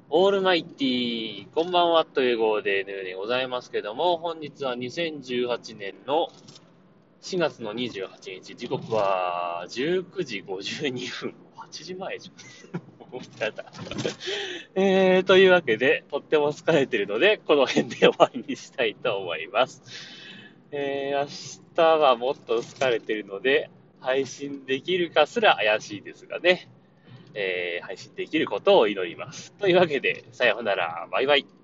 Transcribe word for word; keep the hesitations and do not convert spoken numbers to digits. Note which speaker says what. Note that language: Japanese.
Speaker 1: オールマイティー、こんばんはという号でのようでございますけども、本日はにせんじゅうはちねんのしがつのにじゅうはちにち、時刻はじゅうくじごじゅうにふん、はちじまえじゃん。もう疲れた。えー、というわけで、とっても疲れているので、この辺で終わりにしたいと思います。えー、明日はもっと疲れているので、配信できるかすら怪しいですがね。えー配信できることを祈ります。というわけで、さようなら、バイバイ。